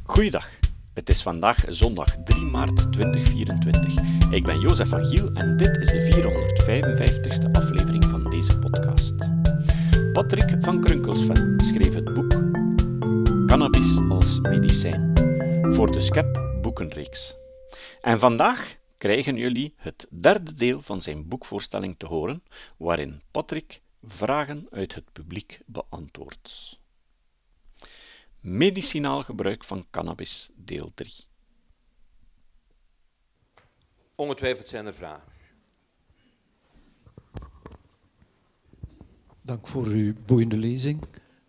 Goeiedag, het is vandaag zondag 3 maart 2024. Ik ben Jozef van Giel en dit is de 455ste aflevering van deze podcast. Patrick van Krunkelsven schreef het boek Cannabis als medicijn voor de Skep boekenreeks. En vandaag krijgen jullie het derde deel van zijn boekvoorstelling te horen, waarin Patrick vragen uit het publiek beantwoordt. Medicinaal gebruik van cannabis, deel 3. Ongetwijfeld zijn er vragen. Dank voor uw boeiende lezing.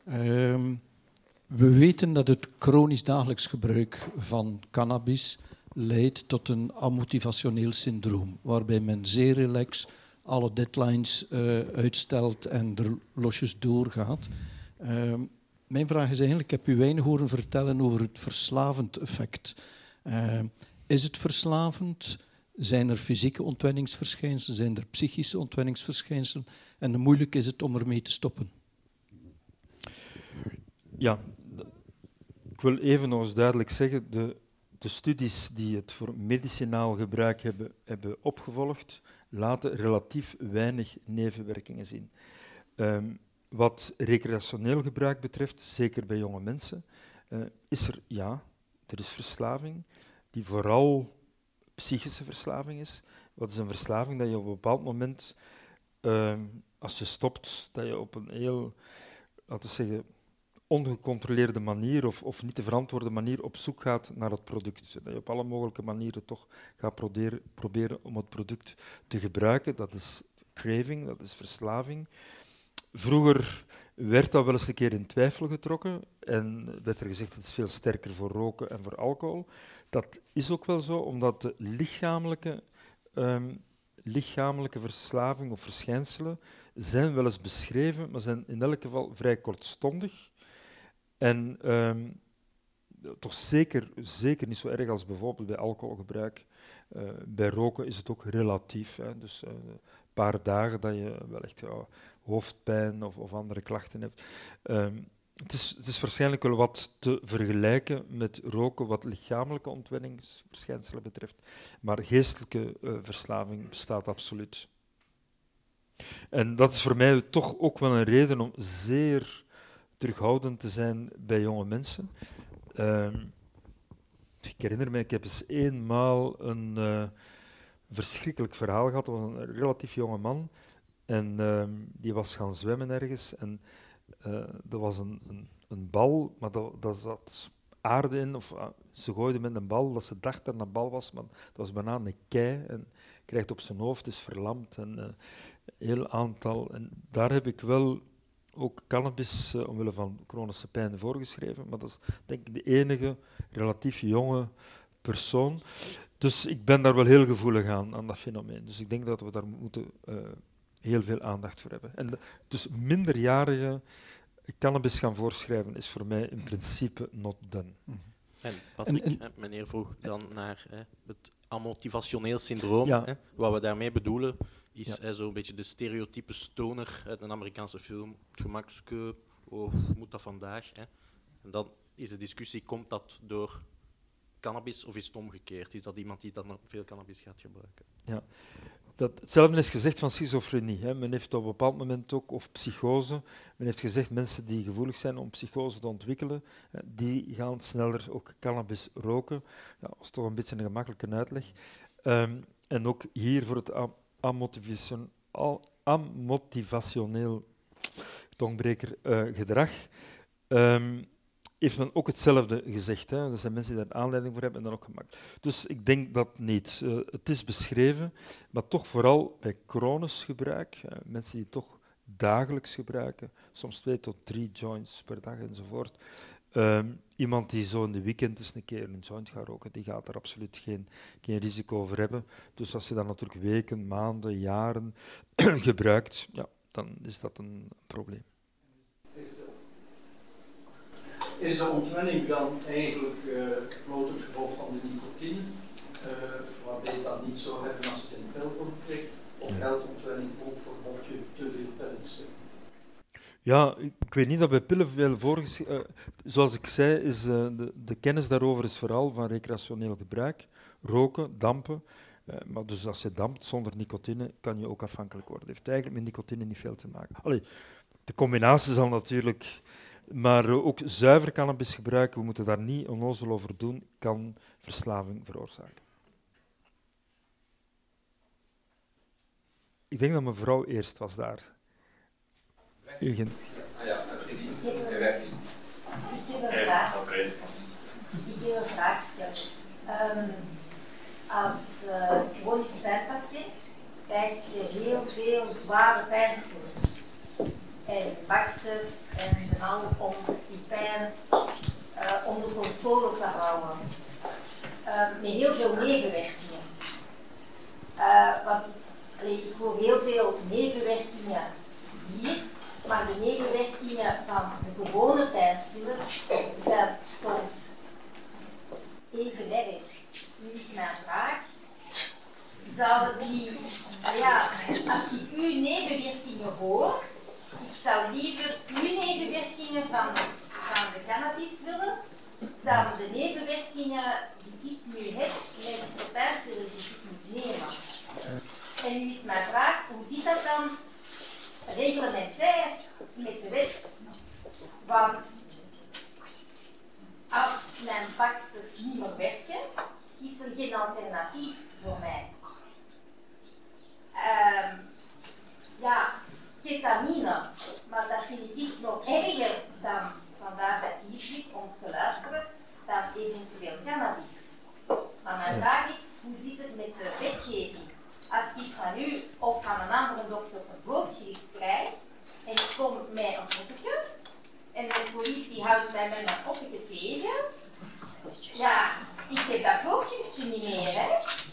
We weten dat het chronisch dagelijks gebruik van cannabis leidt tot een amotivationeel syndroom, waarbij men zeer relaxed alle deadlines uitstelt en er losjes doorgaat. Mijn vraag is eigenlijk, ik heb u weinig horen vertellen over het verslavend effect. Is het verslavend? Zijn er fysieke ontwenningsverschijnselen? Zijn er psychische ontwenningsverschijnselen? En hoe moeilijk is het om ermee te stoppen? Ja, ik wil even nog eens duidelijk zeggen, de studies die het voor medicinaal gebruik hebben opgevolgd, laten relatief weinig nevenwerkingen zien. Wat recreationeel gebruik betreft, zeker bij jonge mensen, is er is verslaving, die vooral psychische verslaving is. Wat is een verslaving? Dat je op een bepaald moment, als je stopt, dat je op een heel, laten we zeggen, ongecontroleerde manier of niet te verantwoorde manier op zoek gaat naar het product. Dat je op alle mogelijke manieren toch gaat proberen om het product te gebruiken. Dat is craving, dat is verslaving. Vroeger werd dat wel eens een keer in twijfel getrokken en werd er gezegd dat het is veel sterker voor roken en voor alcohol. Dat is ook wel zo, omdat de lichamelijke verslaving of verschijnselen zijn wel eens beschreven, maar zijn in elk geval vrij kortstondig. En toch zeker niet zo erg als bijvoorbeeld bij alcoholgebruik. Bij roken is het ook relatief. Hè. Dus een paar dagen dat je wel echt hoofdpijn of andere klachten hebt. Het is waarschijnlijk wel wat te vergelijken met roken wat lichamelijke ontwenningsverschijnselen betreft. Maar geestelijke verslaving bestaat absoluut. En dat is voor mij toch ook wel een reden om zeer terughoudend te zijn bij jonge mensen. Ik herinner me, ik heb eens eenmaal een verschrikkelijk verhaal gehad. Er was een relatief jonge man en die was gaan zwemmen ergens. En er was een bal, maar daar zat aarde in. Ze gooiden met een bal dat ze dacht dat het een bal was, maar dat was bijna een kei. En krijgt op zijn hoofd, is verlamd. En een heel aantal. En daar heb ik wel ook cannabis omwille van chronische pijn voorgeschreven, maar dat is denk ik de enige relatief jonge persoon. Dus ik ben daar wel heel gevoelig aan dat fenomeen. Dus ik denk dat we daar moeten heel veel aandacht voor hebben. En dus minderjarigen cannabis gaan voorschrijven is voor mij in principe not done. En Patrick, meneer vroeg dan naar het amotivationeel syndroom. Ja. Wat we daarmee bedoelen is zo'n beetje de stereotype stoner uit een Amerikaanse film. Het gemakske, hoe moet dat vandaag? Hè? En dan is de discussie, komt dat door cannabis of is het omgekeerd? Is dat iemand die dan veel cannabis gaat gebruiken? Ja. Hetzelfde is gezegd van schizofrenie. Hè. Men heeft op een bepaald moment ook, of psychose, men heeft gezegd mensen die gevoelig zijn om psychose te ontwikkelen, die gaan sneller ook cannabis roken. Ja, dat is toch een beetje een gemakkelijke uitleg. En ook hier voor het amotivationeel tongbreker gedrag heeft men ook hetzelfde gezegd. Hè. Er zijn mensen die daar aanleiding voor hebben en dan ook gemaakt. Dus ik denk dat niet. Het is beschreven, maar toch vooral bij chronisch gebruik, mensen die het toch dagelijks gebruiken, soms 2 tot 3 joints per dag enzovoort. Iemand die zo in de weekend eens een keer een joint gaat roken, die gaat er absoluut geen risico over hebben. Dus als je dat natuurlijk weken, maanden, jaren gebruikt, ja, dan is dat een probleem. Is de ontwenning dan eigenlijk bloot het gevolg van de nicotine, waarbij je dat niet zou hebben als je in pilvorm krijgt, of geldt ontwenning ook voor dat je te veel pillen steekt? Ja, ik weet niet dat bij pillen veel zoals ik zei, is de kennis daarover is vooral van recreationeel gebruik. Roken, dampen. Maar dus als je dampt zonder nicotine, kan je ook afhankelijk worden. Het heeft eigenlijk met nicotine niet veel te maken. Allee, de combinatie zal natuurlijk... Maar ook zuiver cannabis gebruiken, we moeten daar niet onnozel over doen, kan verslaving veroorzaken. Ik denk dat mevrouw eerst was daar. Eugen. Ik heb een vraag stellen. Als chronisch pijnpatiënt krijg je heel veel zware pijnstillers en baksters en al om die pijn onder controle te houden. Met heel veel nevenwerkingen. Want ik hoor heel veel nevenwerkingen hier, maar de nevenwerkingen van de gewone pijnstillers zijn soms even erg. Nu is mijn vraag, zouden die, als ik uw nevenwerkingen hoor, ik zou liever uw nevenwerkingen van de cannabis willen, dan de nevenwerkingen die ik nu heb met de pijnstillers die ik moet nemen. En nu is mijn vraag, hoe zit dat dan reglementair met de wet? Want als mijn baksters niet meer werken, is er geen alternatief voor mij. Ketamine, maar dat vind ik nog erger dan vandaar dat ik hier zit om te luisteren, dan eventueel cannabis. Maar mijn vraag is, hoe zit het met de wetgeving? Als ik van u of van een andere dokter een voorschrift krijg en ik kom met een poppetje en de politie houdt mij met mijn poppetje tegen, ja, ik heb dat voorschriftje niet meer, hè.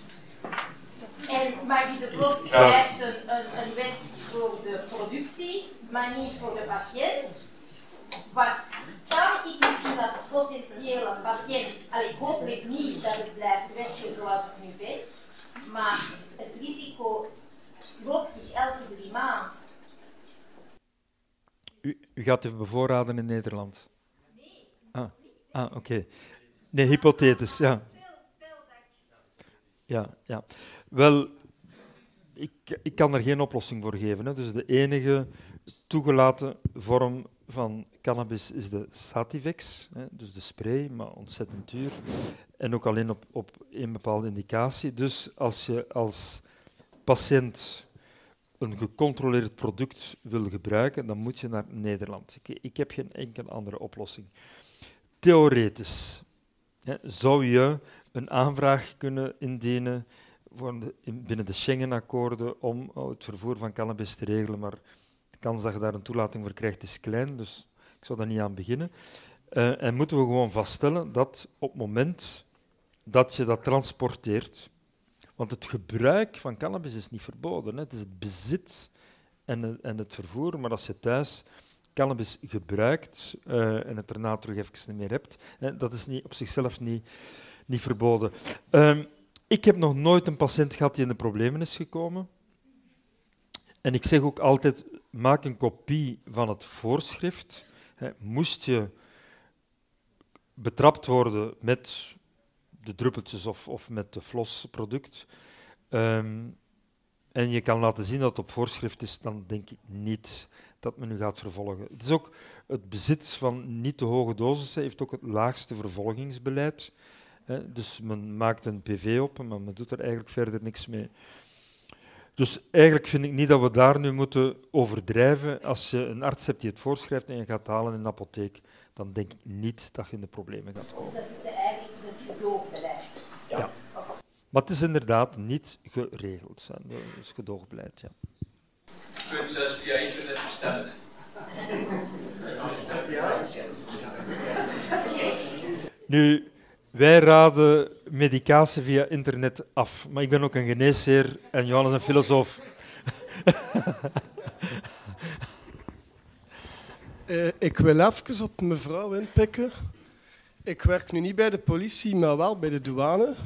En Magie de Blok schrijft een wet voor de productie, maar niet voor de patiënt. Wat kan ik misschien als potentiële patiënt, ik hoop niet dat het blijft werken zoals het nu werkt, maar het risico loopt zich elke 3 maanden. U gaat u bevoorraden in Nederland? Nee. Oké. Nee, hypothetisch, ja. Ja. Wel, ik kan er geen oplossing voor geven. Hè. Dus de enige toegelaten vorm van cannabis is de Sativex, hè, dus de spray, maar ontzettend duur. En ook alleen op een bepaalde indicatie. Dus als je als patiënt een gecontroleerd product wil gebruiken, dan moet je naar Nederland. Ik heb geen enkele andere oplossing. Theoretisch zou je een aanvraag kunnen indienen binnen de Schengen-akkoorden om het vervoer van cannabis te regelen, maar de kans dat je daar een toelating voor krijgt is klein, dus ik zou daar niet aan beginnen. En moeten we gewoon vaststellen dat op het moment dat je dat transporteert, want het gebruik van cannabis is niet verboden, hè. Het is het bezit en het vervoer, maar als je thuis cannabis gebruikt en het daarna terug even niet meer hebt, dat is op zichzelf niet verboden. Ik heb nog nooit een patiënt gehad die in de problemen is gekomen. En ik zeg ook altijd, maak een kopie van het voorschrift. Moest je betrapt worden met de druppeltjes of met het flosproduct, en je kan laten zien dat het op voorschrift is, dan denk ik niet dat men u gaat vervolgen. Het is ook het bezit van niet te hoge dosissen heeft ook het laagste vervolgingsbeleid. Dus men maakt een PV op, maar men doet er eigenlijk verder niks mee. Dus eigenlijk vind ik niet dat we daar nu moeten overdrijven. Als je een arts hebt die het voorschrijft en je gaat halen in een apotheek, dan denk ik niet dat je in de problemen gaat komen. Dus dat is eigenlijk het gedoogbeleid. Ja. Maar het is inderdaad niet geregeld. Dat is gedoogbeleid, ja. Je kunt zelfs via internet bestellen. Nu, wij raden medicatie via internet af. Maar ik ben ook een geneesheer en Johannes een filosoof. Ik wil even op mevrouw inpikken. Ik werk nu niet bij de politie, maar wel bij de douane.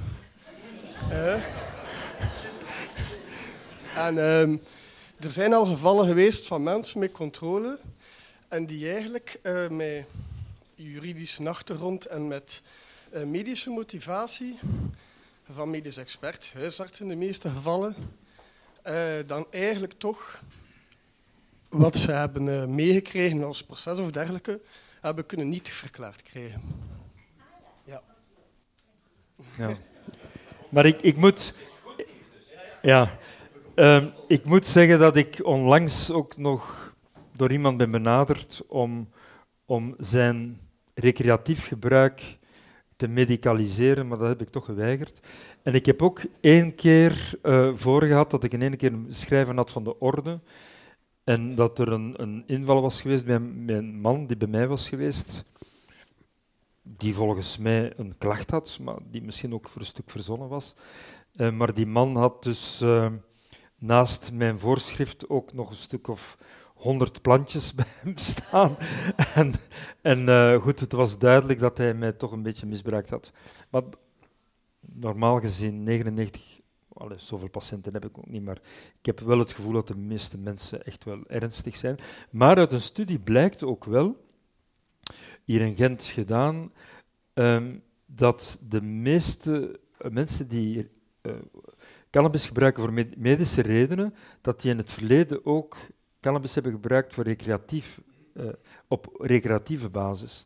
En er zijn al gevallen geweest van mensen met controle. En die eigenlijk met juridische achtergrond en met medische motivatie van medisch expert, huisarts in de meeste gevallen, dan eigenlijk toch wat ze hebben meegekregen als proces of dergelijke, hebben kunnen niet verklaard krijgen. Ja. Ja. Maar ik moet... Ja. Ik moet zeggen dat ik onlangs ook nog door iemand ben benaderd om zijn recreatief gebruik te medicaliseren, maar dat heb ik toch geweigerd. En ik heb ook 1 keer voorgehad dat ik in 1 keer een schrijven had van de orde en dat er een inval was geweest bij een man die bij mij was geweest, die volgens mij een klacht had, maar die misschien ook voor een stuk verzonnen was. Maar die man had dus naast mijn voorschrift ook nog een stuk of 100 plantjes bij hem staan. En goed, het was duidelijk dat hij mij toch een beetje misbruikt had. Maar normaal gezien 99, zoveel patiënten heb ik ook niet, maar ik heb wel het gevoel dat de meeste mensen echt wel ernstig zijn. Maar uit een studie blijkt ook wel, hier in Gent gedaan, dat de meeste mensen die cannabis gebruiken voor medische redenen, dat die in het verleden ook cannabis hebben gebruikt voor op recreatieve basis.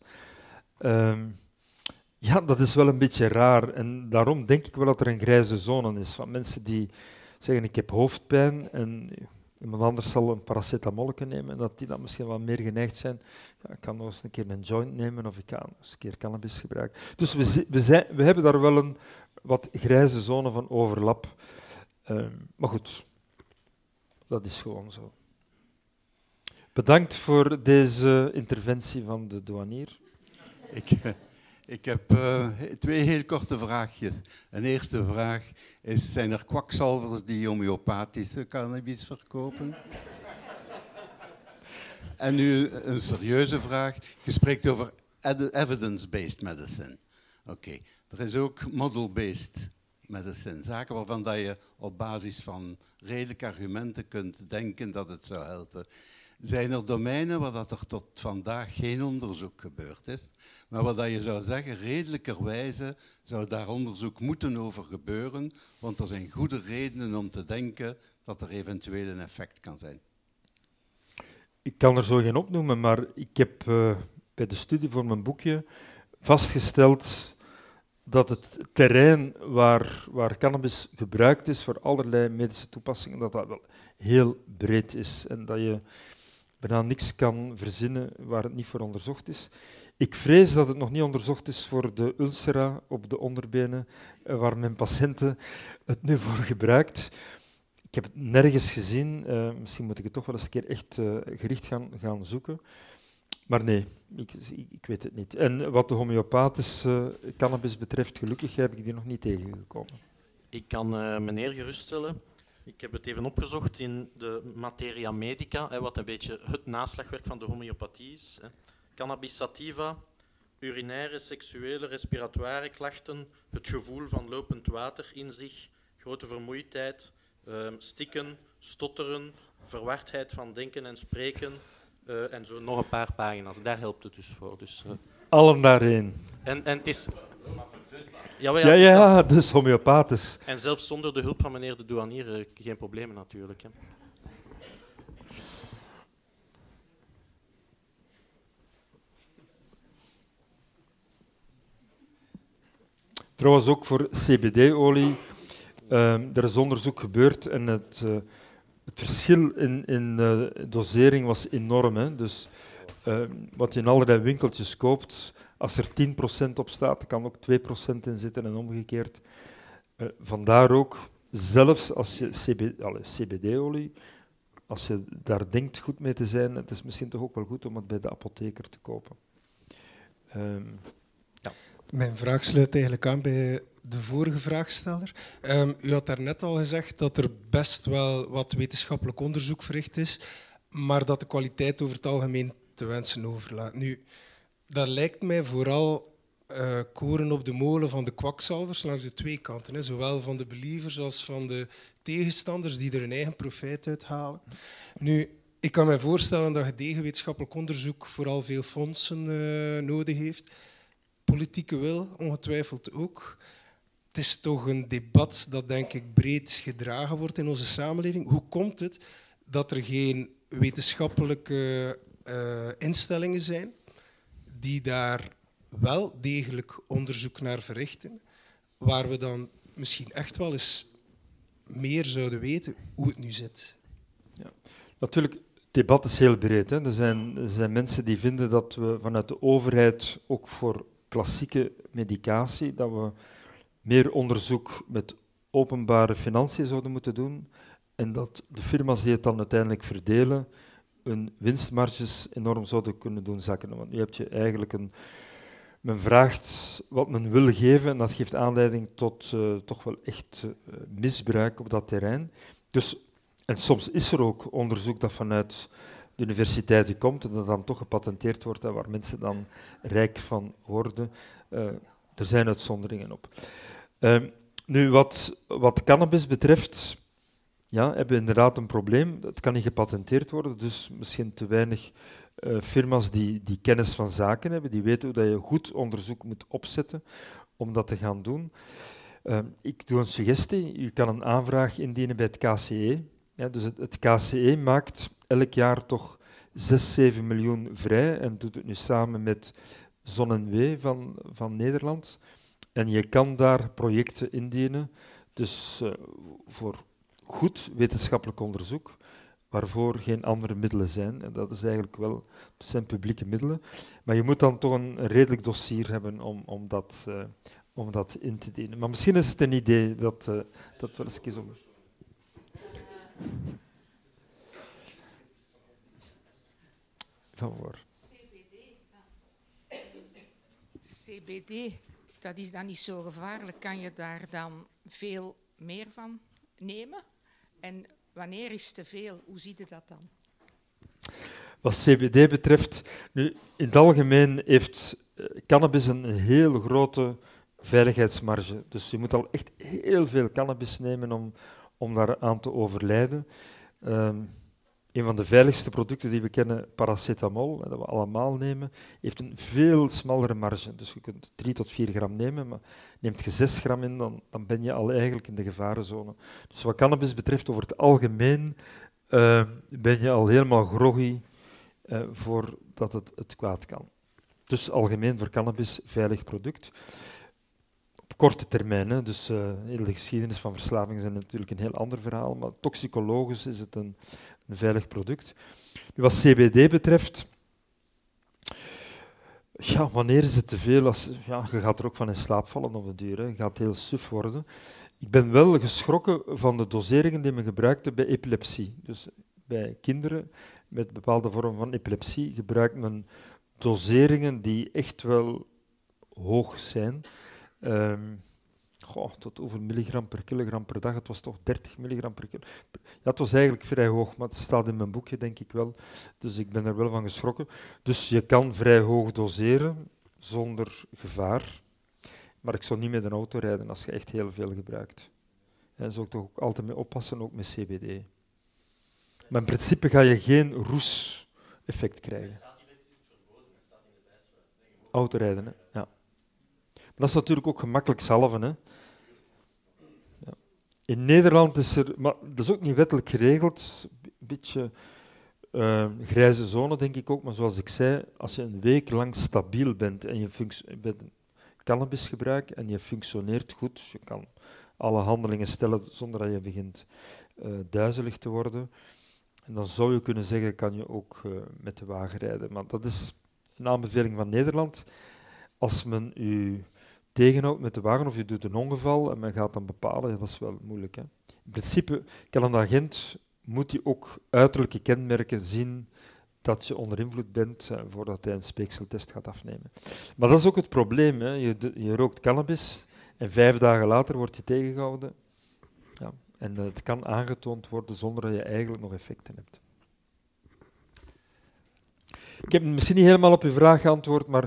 Ja, dat is wel een beetje raar. En daarom denk ik wel dat er een grijze zone is van mensen die zeggen ik heb hoofdpijn en iemand anders zal een paracetamol nemen en dat die dan misschien wel meer geneigd zijn. Ja, ik kan nog eens een keer een joint nemen of ik kan eens een keer cannabis gebruiken. Dus we hebben daar wel een wat grijze zone van overlap. Maar goed, dat is gewoon zo. Bedankt voor deze interventie van de douanier. Ik heb 2 heel korte vraagjes. Een eerste vraag is, zijn er kwakzalvers die homeopathische cannabis verkopen? En nu een serieuze vraag. Je spreekt over evidence-based medicine. Oké. Er is ook model-based medicine. Zaken waarvan dat je op basis van redelijke argumenten kunt denken dat het zou helpen. Zijn er domeinen waar dat er tot vandaag geen onderzoek gebeurd is, maar waar dat je zou zeggen, redelijkerwijze zou daar onderzoek moeten over gebeuren, want er zijn goede redenen om te denken dat er eventueel een effect kan zijn? Ik kan er zo geen opnoemen, maar ik heb bij de studie voor mijn boekje vastgesteld dat het terrein waar cannabis gebruikt is voor allerlei medische toepassingen, dat dat wel heel breed is en dat je bijna niks kan verzinnen waar het niet voor onderzocht is. Ik vrees dat het nog niet onderzocht is voor de ulcera op de onderbenen, waar mijn patiënten het nu voor gebruikt. Ik heb het nergens gezien. Misschien moet ik het toch wel eens een keer echt gericht gaan zoeken. Maar nee, ik weet het niet. En wat de homeopathische cannabis betreft, gelukkig heb ik die nog niet tegengekomen. Ik kan meneer geruststellen. Ik heb het even opgezocht in de materia medica, wat een beetje het naslagwerk van de homeopathie is. Cannabis sativa, urinaire, seksuele, respiratoire klachten, het gevoel van lopend water in zich, grote vermoeidheid, stikken, stotteren, verwardheid van denken en spreken en zo nog een paar pagina's. Daar helpt het dus voor. Dus, allen daarheen. En het is... Ja, dus homeopathisch. En zelfs zonder de hulp van meneer de douanier geen problemen natuurlijk. Hè. Trouwens ook voor CBD-olie. Er is onderzoek gebeurd en het verschil in dosering was enorm. Hè. Dus wat je in allerlei winkeltjes koopt, als er 10% op staat, er kan ook 2% in zitten en omgekeerd. Vandaar ook, zelfs als je CBD-olie, als je daar denkt goed mee te zijn, het is misschien toch ook wel goed om het bij de apotheker te kopen. Ja. Mijn vraag sluit eigenlijk aan bij de vorige vraagsteller. U had daarnet al gezegd dat er best wel wat wetenschappelijk onderzoek verricht is, maar dat de kwaliteit over het algemeen te wensen overlaat. Nu, dat lijkt mij vooral koren op de molen van de kwakzalvers langs de 2 kanten. Hè. Zowel van de believers als van de tegenstanders die er hun eigen profijt uit halen. Nu, Ik kan me voorstellen dat gedegen wetenschappelijk onderzoek vooral veel fondsen nodig heeft. Politieke wil, ongetwijfeld ook. Het is toch een debat dat, denk ik, breed gedragen wordt in onze samenleving. Hoe komt het dat er geen wetenschappelijke instellingen zijn die daar wel degelijk onderzoek naar verrichten, waar we dan misschien echt wel eens meer zouden weten hoe het nu zit? Ja. Natuurlijk, het debat is heel breed. Hè. Er zijn mensen die vinden dat we vanuit de overheid ook voor klassieke medicatie, dat we meer onderzoek met openbare financiën zouden moeten doen en dat de firma's die het dan uiteindelijk verdelen hun winstmarges enorm zouden kunnen doen zakken. Want nu heb je eigenlijk men vraagt wat men wil geven en dat geeft aanleiding tot toch wel echt misbruik op dat terrein. Dus, en soms is er ook onderzoek dat vanuit de universiteiten komt en dat dan toch gepatenteerd wordt en waar mensen dan rijk van worden. Er zijn uitzonderingen op. Nu, wat cannabis betreft, ja, hebben we inderdaad een probleem. Het kan niet gepatenteerd worden, dus misschien te weinig firma's die kennis van zaken hebben, die weten hoe dat je goed onderzoek moet opzetten om dat te gaan doen. Ik doe een suggestie. U kan een aanvraag indienen bij het KCE. Ja, dus het KCE maakt elk jaar toch 6-7 miljoen vrij en doet het nu samen met ZonNW van Nederland. En je kan daar projecten indienen, dus voor goed wetenschappelijk onderzoek, waarvoor geen andere middelen zijn. En dat is eigenlijk wel, het zijn publieke middelen. Maar je moet dan toch een redelijk dossier hebben om dat in te dienen. Maar misschien is het een idee dat wel eens kies om. Van waar? CBD, dat is dan niet zo gevaarlijk. Kan je daar dan veel meer van nemen? En wanneer is te veel? Hoe ziet je dat dan? Wat CBD betreft, nu, in het algemeen heeft cannabis een heel grote veiligheidsmarge. Dus je moet al echt heel veel cannabis nemen om daaraan te overlijden. Een van de veiligste producten die we kennen, paracetamol, dat we allemaal nemen, heeft een veel smallere marge. Dus je kunt 3 tot 4 gram nemen, maar neemt je 6 gram in, dan ben je al eigenlijk in de gevarenzone. Dus wat cannabis betreft, over het algemeen, ben je al helemaal groggy voordat het kwaad kan. Dus algemeen voor cannabis veilig product. Op korte termijn, hè. Dus de geschiedenis van verslaving is natuurlijk een heel ander verhaal, maar toxicologisch is het een veilig product. Nu, wat CBD betreft, ja, wanneer is het te veel? Je gaat er ook van in slaap vallen op de duur, hè. Je gaat heel suf worden. Ik ben wel geschrokken van de doseringen die men gebruikte bij epilepsie. Dus bij kinderen met bepaalde vormen van epilepsie gebruikt men doseringen die echt wel hoog zijn. Tot hoeveel milligram per kilogram per dag? Het was toch 30 milligram per kilogram. Ja, het was eigenlijk vrij hoog, maar het staat in mijn boekje, denk ik wel. Dus ik ben er wel van geschrokken. Dus je kan vrij hoog doseren, zonder gevaar. Maar ik zou niet met een auto rijden als je echt heel veel gebruikt. Daar zou ik toch ook altijd mee oppassen, ook met CBD. Maar in principe ga je geen roes-effect krijgen. Autorijden, hè? Ja. Maar dat is natuurlijk ook gemakkelijk zalven, hè. Ja. In Nederland is er, maar dat is ook niet wettelijk geregeld, een beetje grijze zone denk ik ook, maar zoals ik zei, als je een week lang stabiel bent en je bent cannabisgebruik en je functioneert goed, je kan alle handelingen stellen zonder dat je begint duizelig te worden, en dan zou je kunnen zeggen, kan je ook met de wagen rijden. Maar dat is een aanbeveling van Nederland. Als men u tegenhoudt met de wagen of je doet een ongeval en men gaat dan bepalen, ja, dat is wel moeilijk. Hè. In principe kan een agent, moet hij ook uiterlijke kenmerken zien dat je onder invloed bent voordat hij een speekseltest gaat afnemen. Maar dat is ook het probleem. Hè. Je rookt cannabis en 5 dagen later wordt je tegengehouden. Ja. En het kan aangetoond worden zonder dat je eigenlijk nog effecten hebt. Ik heb misschien niet helemaal op uw vraag geantwoord, maar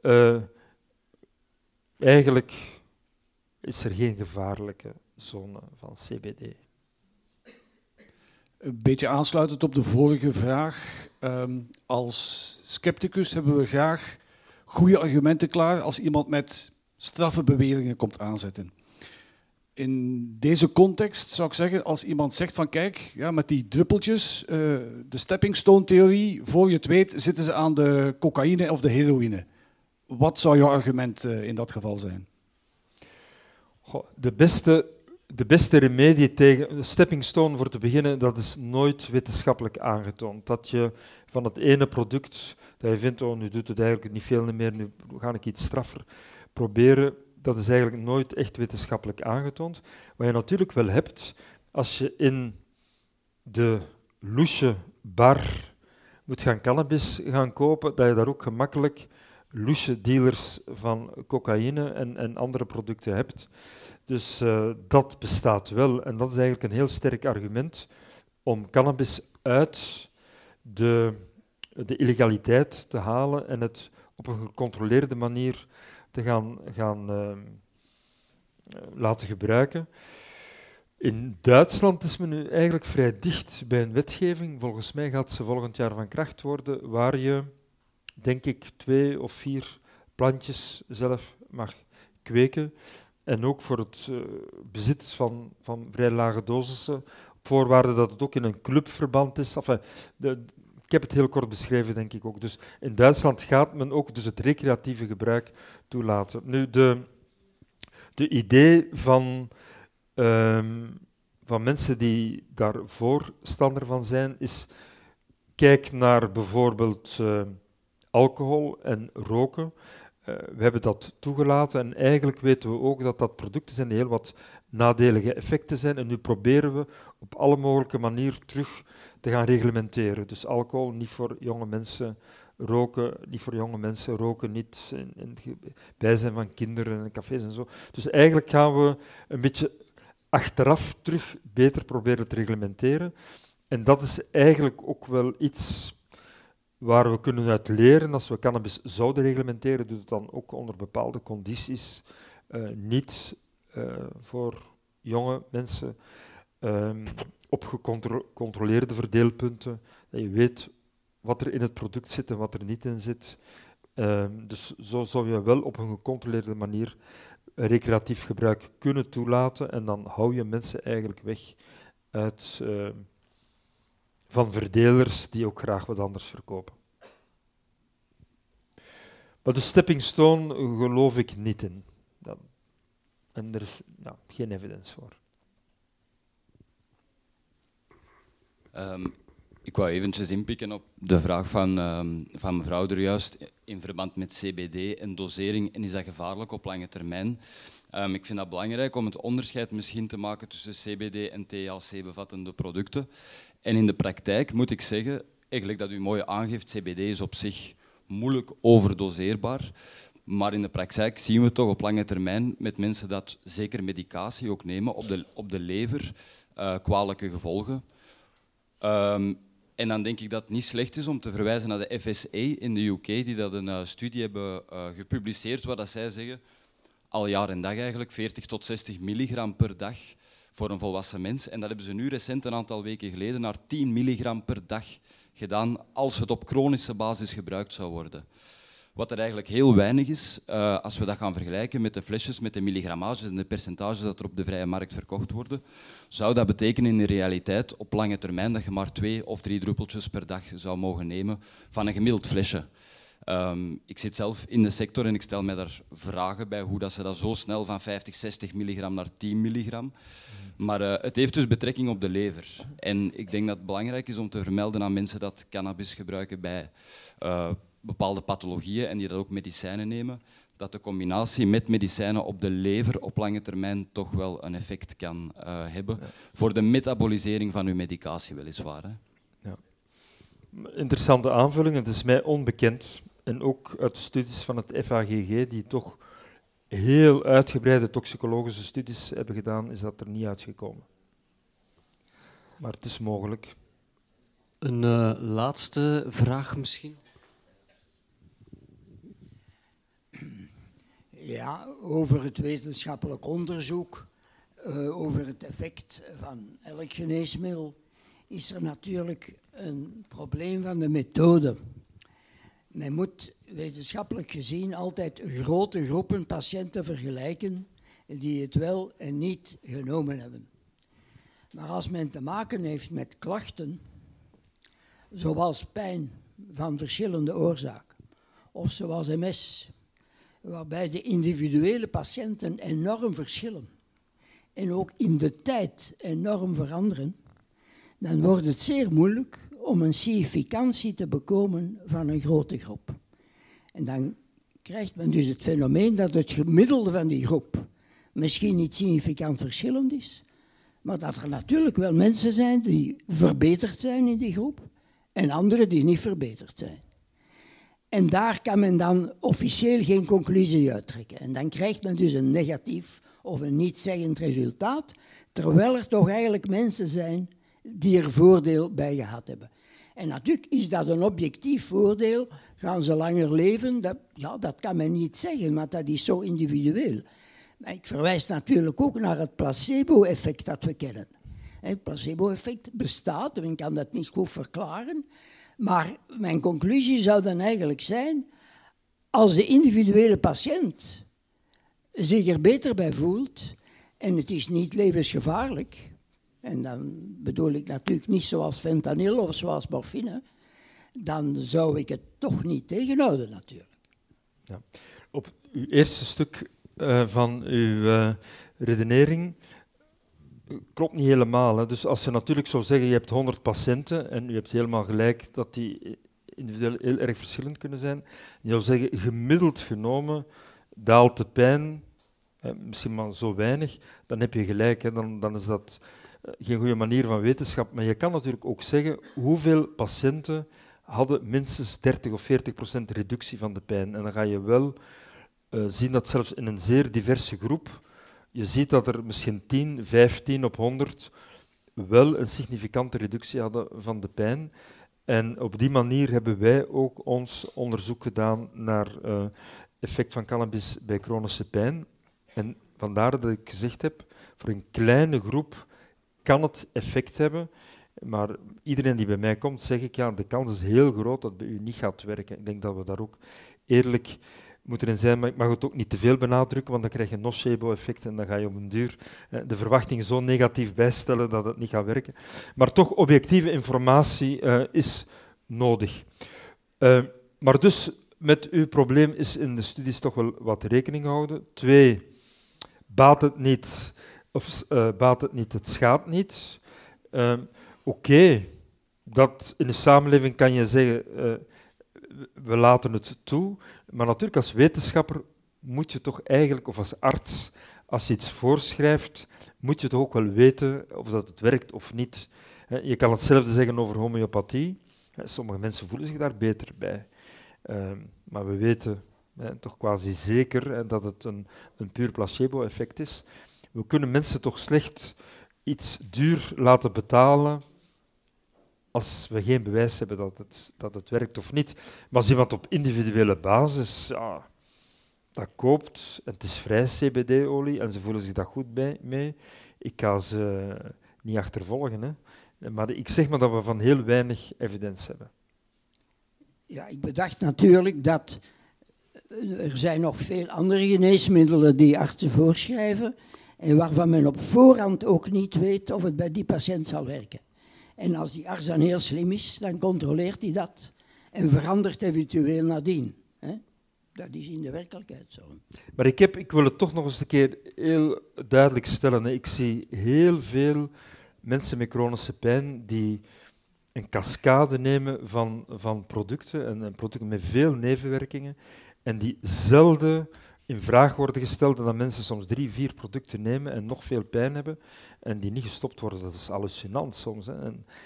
eigenlijk is er geen gevaarlijke zone van CBD. Een beetje aansluitend op de vorige vraag. Als scepticus hebben we graag goede argumenten klaar als iemand met straffe beweringen komt aanzetten. In deze context zou ik zeggen, als iemand zegt van kijk, ja, met die druppeltjes, de stepping stone theorie, voor je het weet zitten ze aan de cocaïne of de heroïne. Wat zou jouw argument in dat geval zijn? Goh, de beste remedie tegen stepping stone, voor te beginnen, dat is nooit wetenschappelijk aangetoond. Dat je van het ene product, dat je vindt, oh, nu doet het eigenlijk niet veel meer, nu ga ik iets straffer proberen, dat is eigenlijk nooit echt wetenschappelijk aangetoond. Wat je natuurlijk wel hebt, als je in de loesje bar moet gaan cannabis gaan kopen, dat je daar ook gemakkelijk loesje dealers van cocaïne en andere producten hebt. Dus dat bestaat wel. En dat is eigenlijk een heel sterk argument om cannabis uit de illegaliteit te halen en het op een gecontroleerde manier te gaan laten gebruiken. In Duitsland is men nu eigenlijk vrij dicht bij een wetgeving. Volgens mij gaat ze volgend jaar van kracht worden, waar je, denk ik, 2 of 4 plantjes zelf mag kweken. En ook voor het bezit van vrij lage dosissen, op voorwaarde dat het ook in een clubverband is. Enfin, ik heb het heel kort beschreven, denk ik ook. Dus in Duitsland gaat men ook dus het recreatieve gebruik toelaten. Nu, de idee van mensen die daar voorstander van zijn, is kijk naar bijvoorbeeld alcohol en roken. We hebben dat toegelaten en eigenlijk weten we ook dat dat producten zijn die heel wat nadelige effecten zijn. En nu proberen we op alle mogelijke manieren terug te gaan reglementeren. Dus alcohol niet voor jonge mensen, roken niet voor jonge mensen, roken niet in bijzijn van kinderen en cafés en zo. Dus eigenlijk gaan we een beetje achteraf terug beter proberen te reglementeren. En dat is eigenlijk ook wel iets waar we kunnen uit leren. Als we cannabis zouden reglementeren, doet het dan ook onder bepaalde condities, niet voor jonge mensen, op gecontroleerde verdeelpunten, dat je weet wat er in het product zit en wat er niet in zit. Dus zo zou je wel op een gecontroleerde manier recreatief gebruik kunnen toelaten en dan hou je mensen eigenlijk weg uit van verdelers die ook graag wat anders verkopen. Maar de stepping stone geloof ik niet in. En er is geen evidence voor. Ik wou eventjes inpikken op de vraag van mevrouw er juist in verband met CBD en dosering. En is dat gevaarlijk op lange termijn? Ik vind dat belangrijk om het onderscheid misschien te maken tussen CBD en THC-bevattende producten. En in de praktijk moet ik zeggen, eigenlijk dat u mooi aangeeft, CBD is op zich moeilijk overdoseerbaar. Maar in de praktijk zien we toch op lange termijn met mensen dat zeker medicatie ook nemen op de lever, kwalijke gevolgen. En dan denk ik dat het niet slecht is om te verwijzen naar de FSA in de UK, die dat een studie hebben gepubliceerd, waar dat zij zeggen, al jaar en dag eigenlijk, 40 tot 60 milligram per dag voor een volwassen mens. En dat hebben ze nu recent een aantal weken geleden naar 10 milligram per dag gedaan, als het op chronische basis gebruikt zou worden. Wat er eigenlijk heel weinig is, als we dat gaan vergelijken met de flesjes, met de milligrammages en de percentages dat er op de vrije markt verkocht worden, zou dat betekenen in de realiteit op lange termijn dat je maar 2 of 3 druppeltjes per dag zou mogen nemen van een gemiddeld flesje. Ik zit zelf in de sector en ik stel mij daar vragen bij hoe dat ze dat zo snel van 50, 60 milligram naar 10 milligram. Maar het heeft dus betrekking op de lever. En ik denk dat het belangrijk is om te vermelden aan mensen dat cannabis gebruiken bij bepaalde pathologieën en die dat ook medicijnen nemen, dat de combinatie met medicijnen op de lever op lange termijn toch wel een effect kan hebben voor de metabolisering van uw medicatie weliswaar. Hè. Ja. Interessante aanvulling, het is mij onbekend. En ook uit de studies van het FAGG, die toch heel uitgebreide toxicologische studies hebben gedaan, is dat er niet uitgekomen. Maar het is mogelijk. Een laatste vraag misschien? Ja, over het wetenschappelijk onderzoek, over het effect van elk geneesmiddel. is er natuurlijk een probleem van de methode. Men moet wetenschappelijk gezien altijd grote groepen patiënten vergelijken die het wel en niet genomen hebben. Maar als men te maken heeft met klachten, zoals pijn van verschillende oorzaken, of zoals MS, waarbij de individuele patiënten enorm verschillen en ook in de tijd enorm veranderen, dan wordt het zeer moeilijk om een significantie te bekomen van een grote groep. En dan krijgt men dus het fenomeen dat het gemiddelde van die groep misschien niet significant verschillend is, maar dat er natuurlijk wel mensen zijn die verbeterd zijn in die groep en anderen die niet verbeterd zijn. En daar kan men dan officieel geen conclusie uittrekken. En dan krijgt men dus een negatief of een niet-zeggend resultaat, terwijl er toch eigenlijk mensen zijn die er voordeel bij gehad hebben. En natuurlijk is dat een objectief voordeel. Gaan ze langer leven? Dat kan men niet zeggen, maar dat is zo individueel. Maar ik verwijs natuurlijk ook naar het placebo-effect dat we kennen. Het placebo-effect bestaat, men kan dat niet goed verklaren. Maar mijn conclusie zou dan eigenlijk zijn, als de individuele patiënt zich er beter bij voelt en het is niet levensgevaarlijk, en dan bedoel ik natuurlijk niet zoals fentanyl of zoals morfine, dan zou ik het toch niet tegenhouden natuurlijk. Ja. Op uw eerste stuk van uw redenering klopt niet helemaal. Hè. Dus als je natuurlijk zou zeggen, je hebt 100 patiënten en u hebt helemaal gelijk dat die individueel heel erg verschillend kunnen zijn. Je zou zeggen, gemiddeld genomen daalt de pijn, misschien maar zo weinig, dan heb je gelijk. Hè. Dan is dat geen goede manier van wetenschap. Maar je kan natuurlijk ook zeggen, hoeveel patiënten hadden minstens 30 of 40% reductie van de pijn. En dan ga je wel zien dat zelfs in een zeer diverse groep, je ziet dat er misschien 10, 15 op 100 wel een significante reductie hadden van de pijn. En op die manier hebben wij ook ons onderzoek gedaan naar effect van cannabis bij chronische pijn. En vandaar dat ik gezegd heb, voor een kleine groep kan het effect hebben. Maar iedereen die bij mij komt, zeg ik, ja, de kans is heel groot dat het bij u niet gaat werken. Ik denk dat we daar ook eerlijk moeten in zijn, maar ik mag het ook niet te veel benadrukken, want dan krijg je een nocebo-effect en dan ga je op een duur de verwachting zo negatief bijstellen dat het niet gaat werken. Maar toch, objectieve informatie is nodig. Maar dus, met uw probleem is in de studies toch wel wat rekening houden. 2, baat het niet, het schaadt niet. Oké, dat in de samenleving kan je zeggen, we laten het toe, maar natuurlijk als wetenschapper moet je toch eigenlijk, of als arts, als je iets voorschrijft, moet je toch ook wel weten of dat het werkt of niet. Je kan hetzelfde zeggen over homeopathie. Sommige mensen voelen zich daar beter bij. Maar we weten toch quasi zeker dat het een puur placebo-effect is. We kunnen mensen toch slecht iets duur laten betalen als we geen bewijs hebben dat het werkt of niet. Maar als iemand op individuele basis dat koopt, en het is vrij CBD-olie, en ze voelen zich daar goed mee, ik ga ze niet achtervolgen. Hè. Maar ik zeg maar dat we van heel weinig evidentie hebben. Ja, ik bedacht natuurlijk dat er zijn nog veel andere geneesmiddelen die artsen voorschrijven en waarvan men op voorhand ook niet weet of het bij die patiënt zal werken. En als die arts dan heel slim is, dan controleert hij dat en verandert eventueel nadien. Hè? Dat is in de werkelijkheid zo. Maar ik wil het toch nog eens een keer heel duidelijk stellen. Hè. Ik zie heel veel mensen met chronische pijn die een cascade nemen van producten, en producten met veel nevenwerkingen, en die zelden in vraag worden gesteld en dat mensen soms 3, 4 producten nemen en nog veel pijn hebben en die niet gestopt worden. Dat is hallucinant soms. Hè.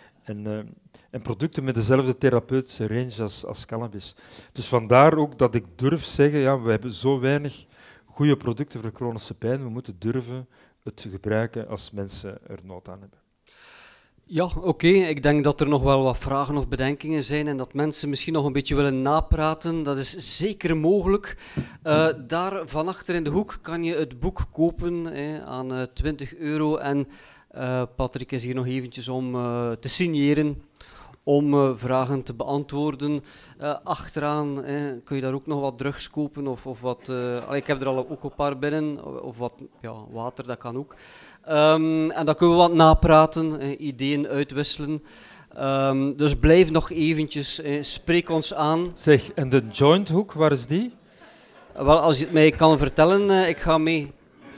En producten met dezelfde therapeutische range als cannabis. Dus vandaar ook dat ik durf zeggen, ja, we hebben zo weinig goede producten voor chronische pijn, we moeten durven het gebruiken als mensen er nood aan hebben. Ja, oké. Ik denk dat er nog wel wat vragen of bedenkingen zijn en dat mensen misschien nog een beetje willen napraten. Dat is zeker mogelijk. Daar van achter in de hoek kan je het boek kopen aan €20 en Patrick is hier nog eventjes om te signeren, om vragen te beantwoorden. Achteraan kun je daar ook nog wat drugs kopen of wat... ik heb er al ook een paar binnen, of wat water, dat kan ook. En dan kunnen we wat napraten, ideeën uitwisselen. Dus blijf nog eventjes, spreek ons aan. Zeg, en de jointhoek, waar is die? Wel, als je het mij kan vertellen, ik ga mee.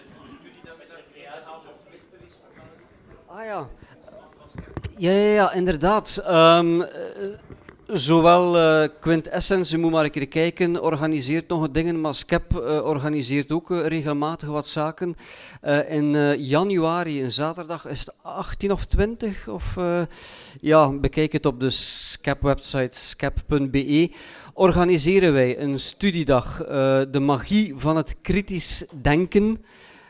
Ah ja. Ja, inderdaad. Zowel Quintessence, je moet maar een keer kijken, organiseert nog dingen, maar Skep organiseert ook regelmatig wat zaken. In januari, een zaterdag, is het 18 of 20? Bekijk het op de Skep-website, skep.be. Organiseren wij een studiedag, de magie van het kritisch denken.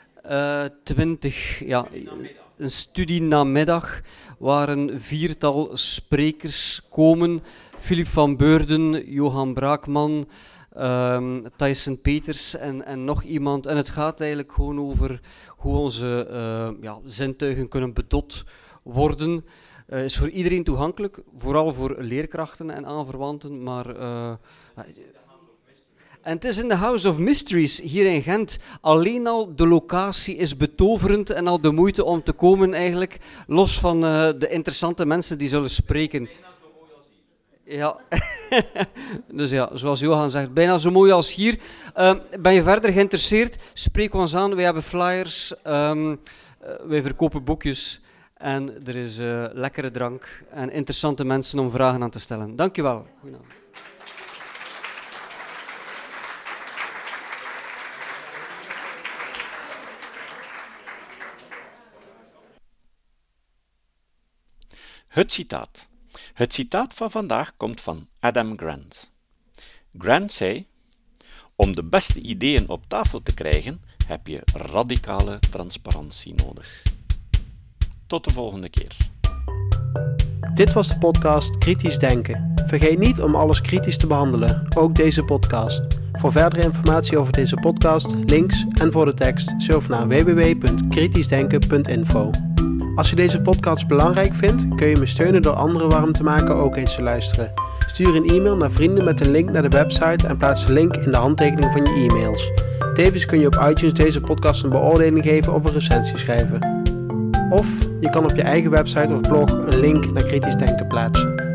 20, een studienamiddag waar een 4-tal sprekers komen. Philip van Beurden, Johan Braakman, Tyson Peters en nog iemand. En het gaat eigenlijk gewoon over hoe onze zintuigen kunnen bedot worden. Is voor iedereen toegankelijk, vooral voor leerkrachten en aanverwanten, maar... En het is in de House of Mysteries, hier in Gent. Alleen al de locatie is betoverend en al de moeite om te komen eigenlijk, los van de interessante mensen die zullen spreken. Ja, dus ja, zoals Johan zegt, bijna zo mooi als hier. Ben je verder geïnteresseerd? Spreek ons aan, wij hebben flyers, wij verkopen boekjes en er is lekkere drank en interessante mensen om vragen aan te stellen. Dank je wel. Goedenavond. Het citaat. Het citaat van vandaag komt van Adam Grant. Grant zei: om de beste ideeën op tafel te krijgen, heb je radicale transparantie nodig. Tot de volgende keer. Dit was de podcast Kritisch Denken. Vergeet niet om alles kritisch te behandelen, ook deze podcast. Voor verdere informatie over deze podcast, links en voor de tekst, surf naar www.kritischdenken.info. Als je deze podcast belangrijk vindt, kun je me steunen door anderen warm te maken ook eens te luisteren. Stuur een e-mail naar vrienden met een link naar de website en plaats de link in de handtekening van je e-mails. Tevens kun je op iTunes deze podcast een beoordeling geven of een recensie schrijven. Of je kan op je eigen website of blog een link naar Kritisch Denken plaatsen.